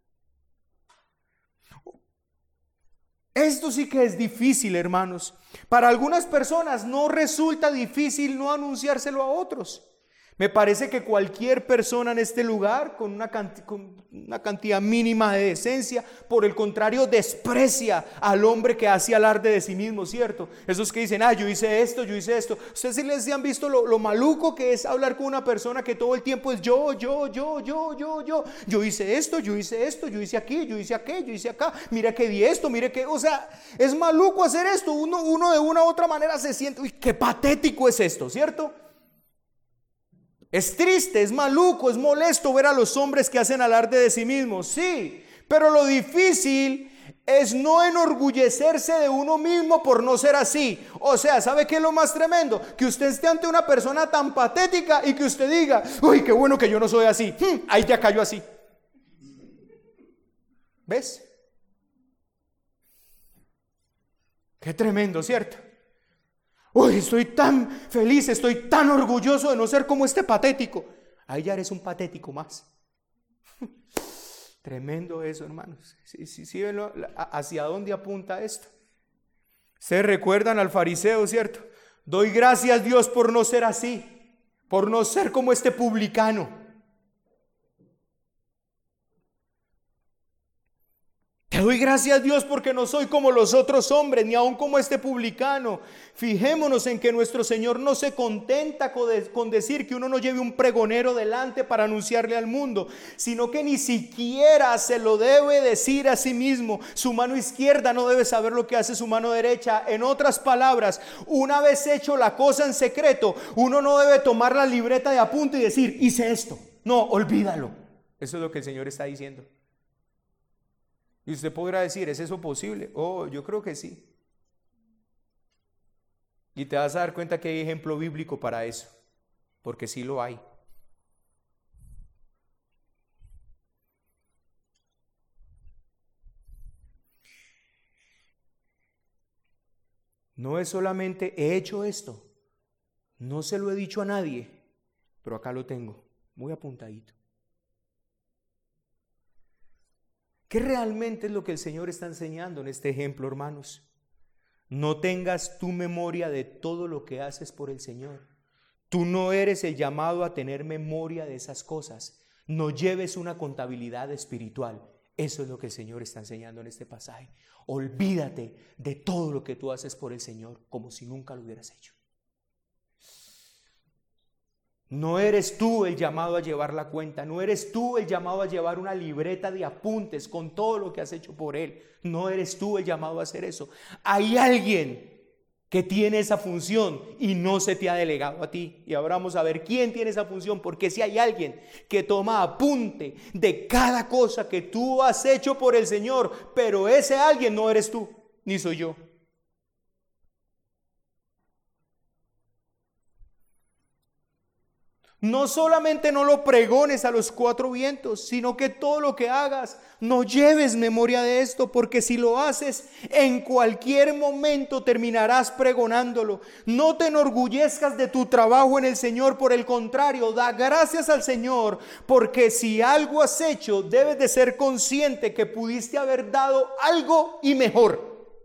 Esto sí que es difícil, hermanos. Para algunas personas no resulta difícil no anunciárselo a otros. Me parece que cualquier persona en este lugar con una, canti- con una cantidad mínima de decencia, por el contrario, desprecia al hombre que hace alarde de sí mismo, ¿cierto? Esos que dicen, ah, yo hice esto, yo hice esto. Ustedes sí les han visto lo, lo maluco que es hablar con una persona que todo el tiempo es yo, yo, yo, yo, yo, yo. Yo hice esto, yo hice esto, yo hice aquí, yo hice aquello, yo hice acá. Mira que di esto, mire que, o sea, es maluco hacer esto. Uno, uno de una u otra manera se siente, uy, qué patético es esto, ¿cierto? Es triste, es maluco, es molesto ver a los hombres que hacen alarde de sí mismos, sí, pero lo difícil es no enorgullecerse de uno mismo por no ser así. O sea, ¿sabe qué es lo más tremendo? Que usted esté ante una persona tan patética y que usted diga, uy, qué bueno que yo no soy así, hmm, ahí ya cayó así. ¿Ves? Qué tremendo, ¿cierto? Uy, estoy tan feliz, estoy tan orgulloso de no ser como este patético. Ahí ya eres un patético más. Tremendo eso, hermanos. Sí, sí, sí, ¿hacia dónde apunta esto? Se recuerdan al fariseo, ¿cierto? Doy gracias, Dios, por no ser así, por no ser como este publicano. Te doy gracias, Dios, porque no soy como los otros hombres, ni aun como este publicano. Fijémonos en que nuestro Señor no se contenta con decir que uno no lleve un pregonero delante para anunciarle al mundo, sino que ni siquiera se lo debe decir a sí mismo. Su mano izquierda no debe saber lo que hace su mano derecha. En otras palabras, una vez hecho la cosa en secreto, uno no debe tomar la libreta de apunte y decir, hice esto. No, olvídalo. Eso es lo que el Señor está diciendo. Y usted podrá decir, ¿es eso posible? Oh, yo creo que sí. Y te vas a dar cuenta que hay ejemplo bíblico para eso, porque sí lo hay. No es solamente he hecho esto, no se lo he dicho a nadie, pero acá lo tengo, muy apuntadito. ¿Qué realmente es lo que el Señor está enseñando en este ejemplo, hermanos? No tengas tu memoria de todo lo que haces por el Señor. Tú no eres el llamado a tener memoria de esas cosas. No lleves una contabilidad espiritual. Eso es lo que el Señor está enseñando en este pasaje. Olvídate de todo lo que tú haces por el Señor, como si nunca lo hubieras hecho. No eres tú el llamado a llevar la cuenta, no eres tú el llamado a llevar una libreta de apuntes con todo lo que has hecho por Él. No eres tú el llamado a hacer eso. Hay alguien que tiene esa función y no se te ha delegado a ti. Y ahora vamos a ver quién tiene esa función, porque si hay alguien que toma apunte de cada cosa que tú has hecho por el Señor, pero ese alguien no eres tú, ni soy yo. No solamente no lo pregones a los cuatro vientos, sino que todo lo que hagas, no lleves memoria de esto, porque si lo haces, en cualquier momento terminarás pregonándolo. No te enorgullezcas de tu trabajo en el Señor, por el contrario, da gracias al Señor, porque si algo has hecho, debes de ser consciente que pudiste haber dado algo y mejor.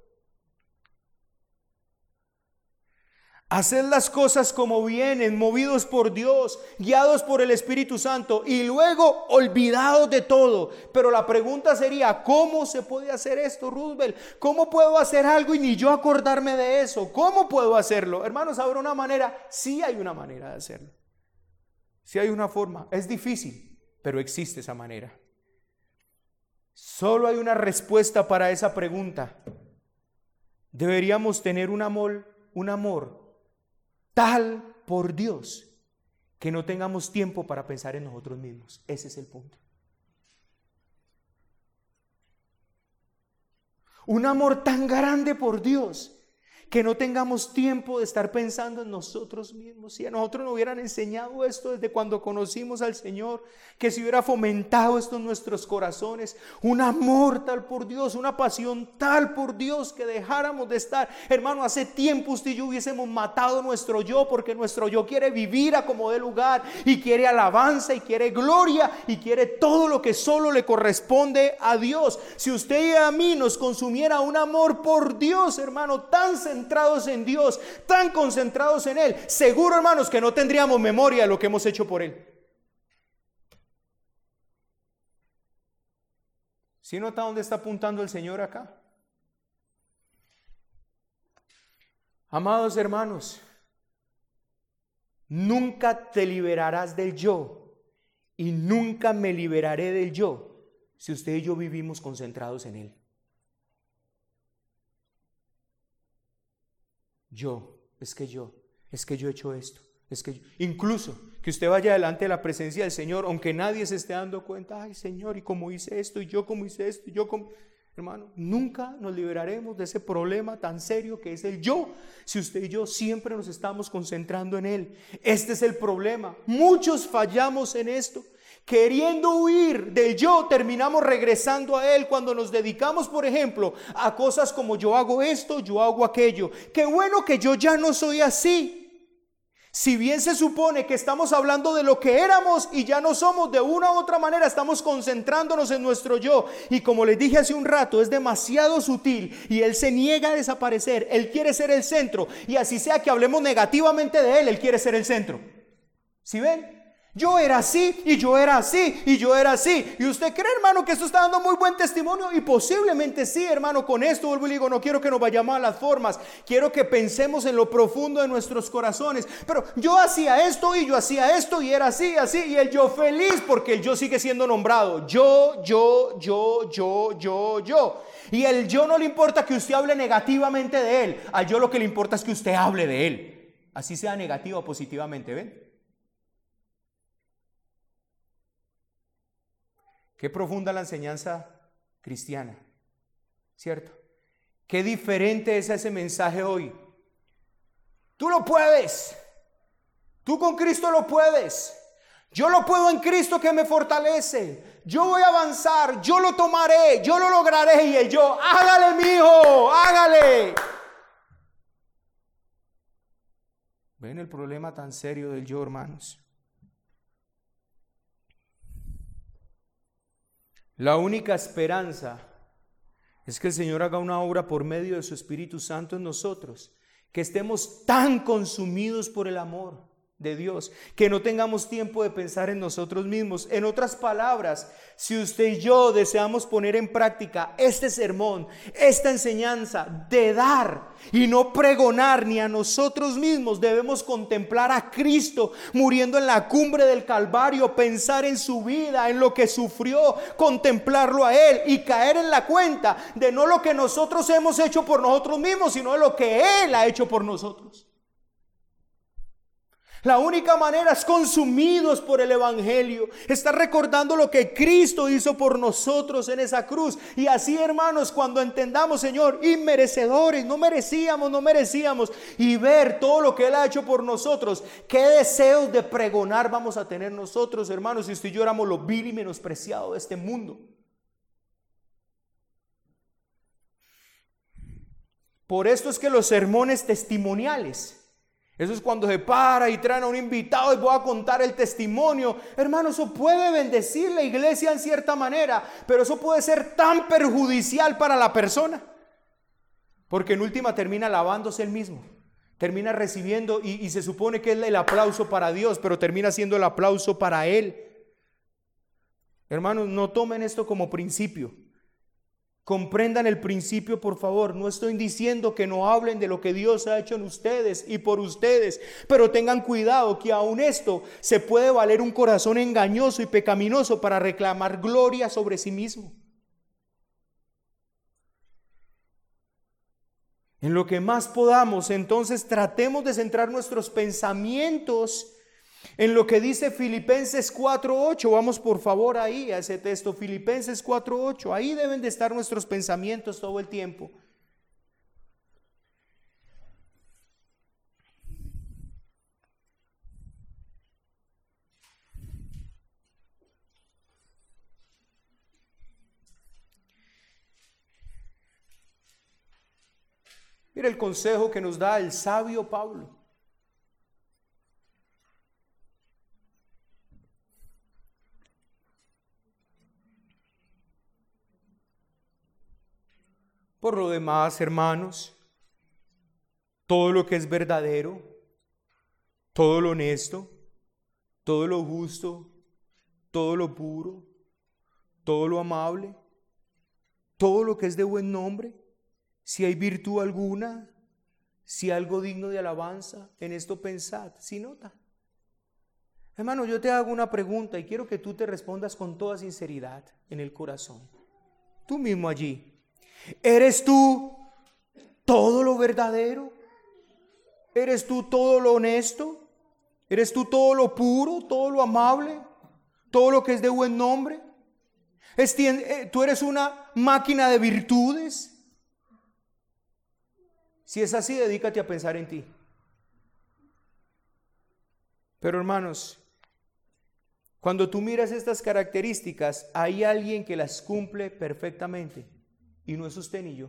Haced las cosas como vienen, movidos por Dios, guiados por el Espíritu Santo y luego olvidados de todo. Pero la pregunta sería, ¿cómo se puede hacer esto, Roosevelt? ¿Cómo puedo hacer algo y ni yo acordarme de eso? ¿Cómo puedo hacerlo? Hermanos, ¿habrá una manera? Sí hay una manera de hacerlo. Sí hay una forma. Es difícil, pero existe esa manera. Solo hay una respuesta para esa pregunta. Deberíamos tener un amor, un amor tal por Dios que no tengamos tiempo para pensar en nosotros mismos. Ese es el punto. Un amor tan grande por Dios que no tengamos tiempo de estar pensando en nosotros mismos. Si a nosotros nos hubieran enseñado esto desde cuando conocimos al Señor, que se hubiera fomentado esto en nuestros corazones, un amor tal por Dios, una pasión tal por Dios, que dejáramos de estar, hermano, hace tiempo usted y yo hubiésemos matado nuestro yo, porque nuestro yo quiere vivir a como dé lugar y quiere alabanza y quiere gloria y quiere todo lo que solo le corresponde a Dios. Si usted y a mí nos consumiera un amor por Dios, hermano, tan sencillo, centrados en Dios, tan concentrados en Él, seguro, hermanos, que no tendríamos memoria de lo que hemos hecho por Él. ¿Sí nota dónde está apuntando el Señor acá? Amados hermanos, nunca te liberarás del yo y nunca me liberaré del yo si usted y yo vivimos concentrados en Él. Yo, es que yo, es que yo he hecho esto, es que yo, incluso que usted vaya delante de la presencia del Señor, aunque nadie se esté dando cuenta, ay Señor, y cómo hice esto, y yo cómo hice esto, y yo como... Hermano, nunca nos liberaremos de ese problema tan serio que es el yo, si usted y yo siempre nos estamos concentrando en Él. Este es el problema. Muchos fallamos en esto. Queriendo huir del yo, terminamos regresando a Él cuando nos dedicamos, por ejemplo, a cosas como yo hago esto, yo hago aquello. Qué bueno que yo ya no soy así. Si bien se supone que estamos hablando de lo que éramos y ya no somos, de una u otra manera estamos concentrándonos en nuestro yo. Y como les dije hace un rato, es demasiado sutil y Él se niega a desaparecer. Él quiere ser el centro, y así sea que hablemos negativamente de Él, Él quiere ser el centro. ¿Sí ven? Yo era así, y yo era así, y yo era así. ¿Y usted cree, hermano, que esto está dando muy buen testimonio? Y posiblemente sí, hermano. Con esto vuelvo y digo, no quiero que nos vayamos a las formas. Quiero que pensemos en lo profundo de nuestros corazones. Pero yo hacía esto, y yo hacía esto, y era así, así. Y el yo feliz, porque el yo sigue siendo nombrado. Yo, yo, yo, yo, yo, yo. Y el yo no le importa que usted hable negativamente de él. Al yo lo que le importa es que usted hable de él. Así sea negativo o positivamente, ¿ven? Qué profunda la enseñanza cristiana, ¿cierto? Qué diferente es ese mensaje hoy. Tú lo puedes. Tú con Cristo lo puedes. Yo lo puedo en Cristo que me fortalece. Yo voy a avanzar. Yo lo tomaré. Yo lo lograré. Y el yo, hágale, mijo, hágale. ¿Ven el problema tan serio del yo, hermanos? La única esperanza es que el Señor haga una obra por medio de su Espíritu Santo en nosotros, que estemos tan consumidos por el amor de Dios, que no tengamos tiempo de pensar en nosotros mismos. En otras palabras, si usted y yo deseamos poner en práctica este sermón, esta enseñanza de dar y no pregonar ni a nosotros mismos, debemos contemplar a Cristo muriendo en la cumbre del Calvario, pensar en su vida, en lo que sufrió, contemplarlo a Él y caer en la cuenta de no lo que nosotros hemos hecho por nosotros mismos, sino de lo que Él ha hecho por nosotros. La única manera es consumidos por el Evangelio, estar recordando lo que Cristo hizo por nosotros en esa cruz. Y así, hermanos, cuando entendamos, Señor, inmerecedores, no merecíamos, no merecíamos, y ver todo lo que Él ha hecho por nosotros, qué deseos de pregonar vamos a tener nosotros, hermanos, si usted y yo éramos lo vil y menospreciado de este mundo. Por esto es que los sermones testimoniales, eso es cuando se para y traen a un invitado y voy a contar el testimonio. Hermano, eso puede bendecir la iglesia en cierta manera, pero eso puede ser tan perjudicial para la persona, porque en última termina alabándose él mismo, termina recibiendo y, y se supone que es el aplauso para Dios, pero termina siendo el aplauso para él. Hermanos, no tomen esto como principio. Comprendan el principio, por favor. No estoy diciendo que no hablen de lo que Dios ha hecho en ustedes y por ustedes, pero tengan cuidado que aún esto se puede valer un corazón engañoso y pecaminoso para reclamar gloria sobre sí mismo. En lo que más podamos, entonces tratemos de centrar nuestros pensamientos en lo que dice Filipenses cuatro ocho. Vamos por favor ahí a ese texto, Filipenses cuatro ocho. Ahí deben de estar nuestros pensamientos todo el tiempo. Mira el consejo que nos da el sabio Pablo. Por lo demás, hermanos, todo lo que es verdadero, todo lo honesto, todo lo justo, todo lo puro, todo lo amable, todo lo que es de buen nombre, si hay virtud alguna, si algo digno de alabanza, en esto pensad. ¿Sí nota? Hermano, yo te hago una pregunta y quiero que tú te respondas con toda sinceridad en el corazón. Tú mismo allí. ¿Eres tú todo lo verdadero? ¿Eres tú todo lo honesto? ¿Eres tú todo lo puro, todo lo amable, todo lo que es de buen nombre? ¿Tú eres una máquina de virtudes? Si es así, dedícate a pensar en ti. Pero hermanos, cuando tú miras estas características, hay alguien que las cumple perfectamente, y no es usted ni yo.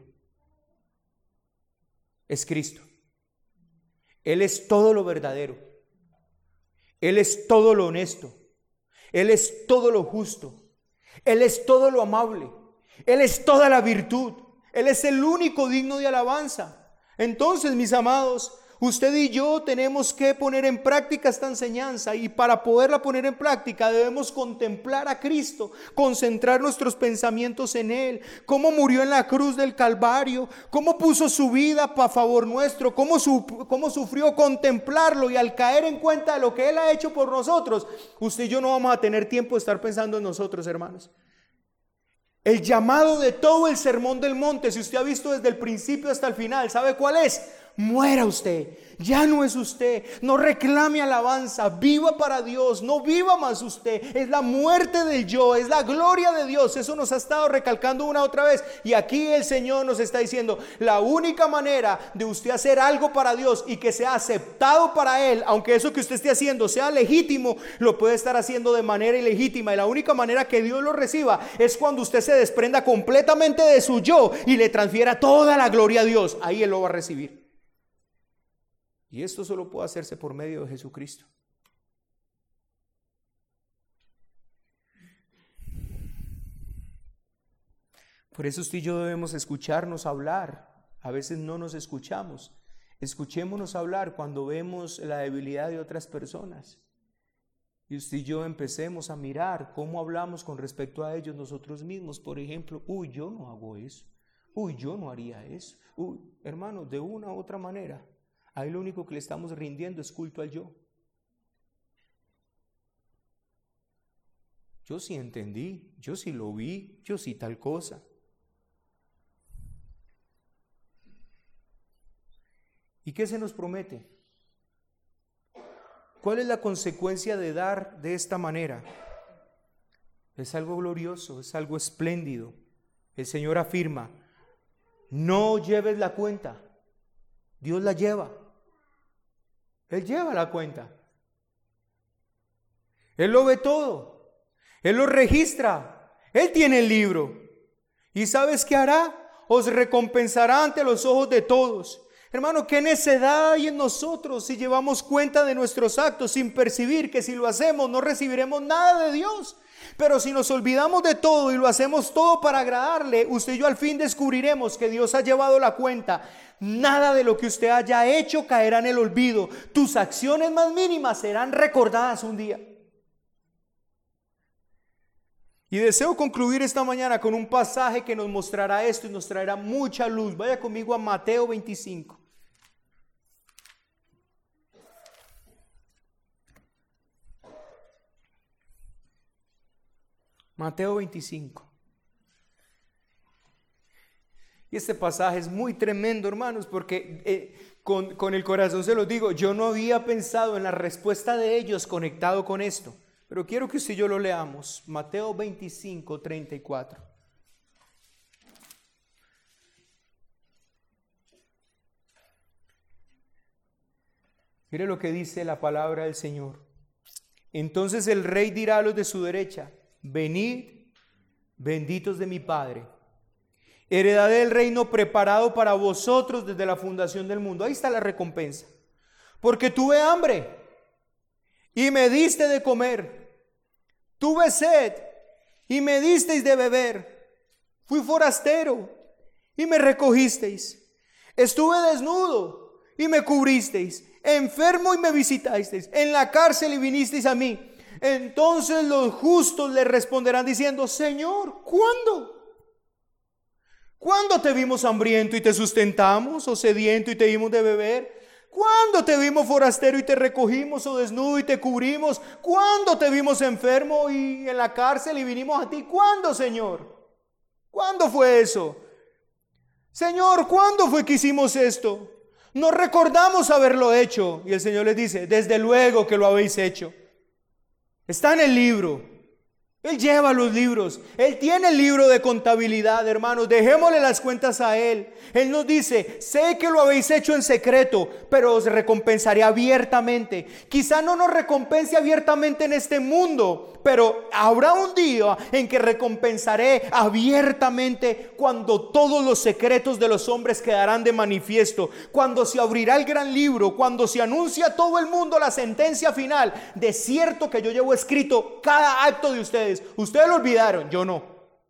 Es Cristo. Él es todo lo verdadero. Él es todo lo honesto. Él es todo lo justo. Él es todo lo amable. Él es toda la virtud. Él es el único digno de alabanza. Entonces, mis amados, usted y yo tenemos que poner en práctica esta enseñanza, y para poderla poner en práctica debemos contemplar a Cristo, concentrar nuestros pensamientos en Él, cómo murió en la cruz del Calvario, cómo puso su vida a favor nuestro, cómo, su, cómo sufrió, contemplarlo, y al caer en cuenta de lo que Él ha hecho por nosotros, usted y yo no vamos a tener tiempo de estar pensando en nosotros, hermanos. El llamado de todo el Sermón del Monte, si usted ha visto desde el principio hasta el final, ¿sabe cuál es? Muera usted, ya no es usted, no reclame alabanza, viva para Dios, no viva más usted, es la muerte del yo, es la gloria de Dios. Eso nos ha estado recalcando una otra vez, y aquí el Señor nos está diciendo, la única manera de usted hacer algo para Dios y que sea aceptado para Él, aunque eso que usted esté haciendo sea legítimo, lo puede estar haciendo de manera ilegítima, y la única manera que Dios lo reciba es cuando usted se desprenda completamente de su yo y le transfiera toda la gloria a Dios. Ahí Él lo va a recibir. Y esto solo puede hacerse por medio de Jesucristo. Por eso usted y yo debemos escucharnos hablar. A veces no nos escuchamos. Escuchémonos hablar cuando vemos la debilidad de otras personas. Y usted y yo empecemos a mirar cómo hablamos con respecto a ellos nosotros mismos. Por ejemplo, uy, yo no hago eso. Uy, yo no haría eso. Uy, hermano, de una u otra manera, ahí lo único que le estamos rindiendo es culto al yo. Yo sí entendí, yo sí lo vi, yo sí tal cosa. ¿Y qué se nos promete? ¿Cuál es la consecuencia de dar de esta manera? Es algo glorioso, es algo espléndido. El Señor afirma, no lleves la cuenta, Dios la lleva. Él lleva la cuenta. Él lo ve todo. Él lo registra. Él tiene el libro. ¿Y sabes qué hará? Os recompensará ante los ojos de todos. Hermano, ¿qué necedad hay en nosotros si llevamos cuenta de nuestros actos sin percibir que si lo hacemos no recibiremos nada de Dios? Pero si nos olvidamos de todo y lo hacemos todo para agradarle, usted y yo al fin descubriremos que Dios ha llevado la cuenta. Nada de lo que usted haya hecho caerá en el olvido. Tus acciones más mínimas serán recordadas un día. Y deseo concluir esta mañana con un pasaje que nos mostrará esto y nos traerá mucha luz. Vaya conmigo a Mateo veinticinco. Mateo veinticinco. Y este pasaje es muy tremendo, hermanos, porque eh, con, con el corazón se los digo, yo no había pensado en la respuesta de ellos conectado con esto, pero quiero que usted y yo lo leamos. Mateo veinticinco, treinta y cuatro. Mire lo que dice la palabra del Señor. Entonces el rey dirá a los de su derecha, venid, benditos de mi Padre, heredad del reino preparado para vosotros desde la fundación del mundo. Ahí está la recompensa. Porque tuve hambre y me diste de comer. Tuve sed y me disteis de beber. Fui forastero y me recogisteis. Estuve desnudo y me cubristeis, enfermo y me visitasteis, en la cárcel y vinisteis a mí. Entonces los justos le responderán diciendo: Señor, ¿cuándo? ¿Cuándo te vimos hambriento y te sustentamos, o sediento y te dimos de beber? ¿Cuándo te vimos forastero y te recogimos, o desnudo y te cubrimos? ¿Cuándo te vimos enfermo y en la cárcel y vinimos a ti? ¿Cuándo, Señor? ¿Cuándo fue eso? Señor, ¿cuándo fue que hicimos esto? No recordamos haberlo hecho. Y el Señor les dice: desde luego que lo habéis hecho. Está en el libro. Él lleva los libros. Él tiene el libro de contabilidad, hermanos. Dejémosle las cuentas a Él. Él nos dice: sé que lo habéis hecho en secreto, pero os recompensaré abiertamente. Quizá no nos recompense abiertamente en este mundo, pero habrá un día en que recompensaré abiertamente, cuando todos los secretos de los hombres quedarán de manifiesto, cuando se abrirá el gran libro, cuando se anuncia a todo el mundo la sentencia final. De cierto que yo llevo escrito cada acto de ustedes. Ustedes lo olvidaron, yo no.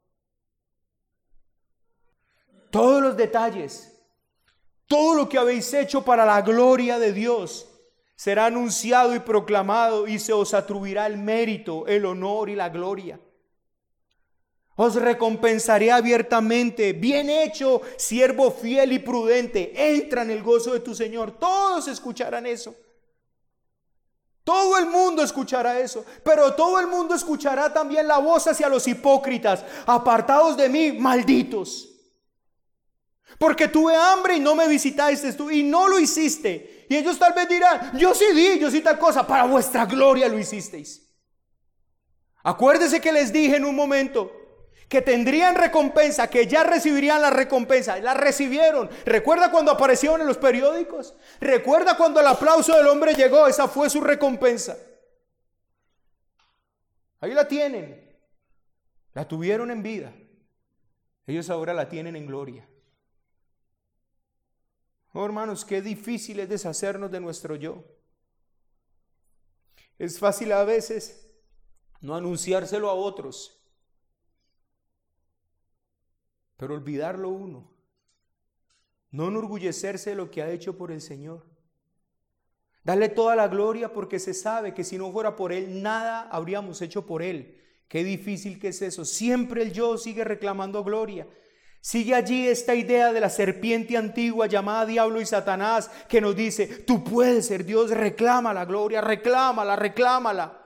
Todos los detalles, todo lo que habéis hecho para la gloria de Dios, será anunciado y proclamado, y se os atribuirá el mérito, el honor y la gloria. Os recompensaré abiertamente. Bien hecho, siervo fiel y prudente. Entra en el gozo de tu Señor. Todos escucharán eso. Todo el mundo escuchará eso, pero todo el mundo escuchará también la voz hacia los hipócritas: apartados de mí, malditos, porque tuve hambre y no me visitaste tú, y no lo hiciste. Y ellos tal vez dirán: yo sí di, yo sí tal cosa, para vuestra gloria lo hicisteis. Acuérdese que les dije en un momento que tendrían recompensa, que ya recibirían la recompensa. La recibieron. ¿Recuerda cuando aparecieron en los periódicos? ¿Recuerda cuando el aplauso del hombre llegó? Esa fue su recompensa. Ahí la tienen. La tuvieron en vida. Ellos ahora la tienen en gloria. Oh, hermanos, qué difícil es deshacernos de nuestro yo. Es fácil a veces no anunciárselo a otros, pero olvidarlo uno, no enorgullecerse de lo que ha hecho por el Señor, darle toda la gloria, porque se sabe que si no fuera por Él, nada habríamos hecho por Él. Qué difícil que es eso. Siempre el yo sigue reclamando gloria. Sigue allí esta idea de la serpiente antigua llamada diablo y Satanás, que nos dice: tú puedes ser Dios, reclama la gloria, reclámala, reclámala.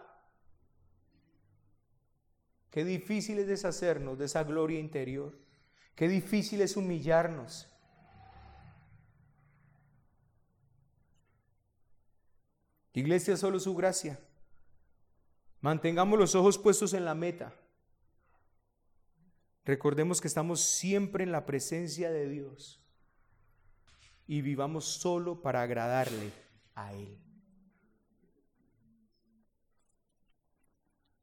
Qué difícil es deshacernos de esa gloria interior. Qué difícil es humillarnos. Iglesia, solo su gracia. Mantengamos los ojos puestos en la meta. Recordemos que estamos siempre en la presencia de Dios y vivamos solo para agradarle a Él.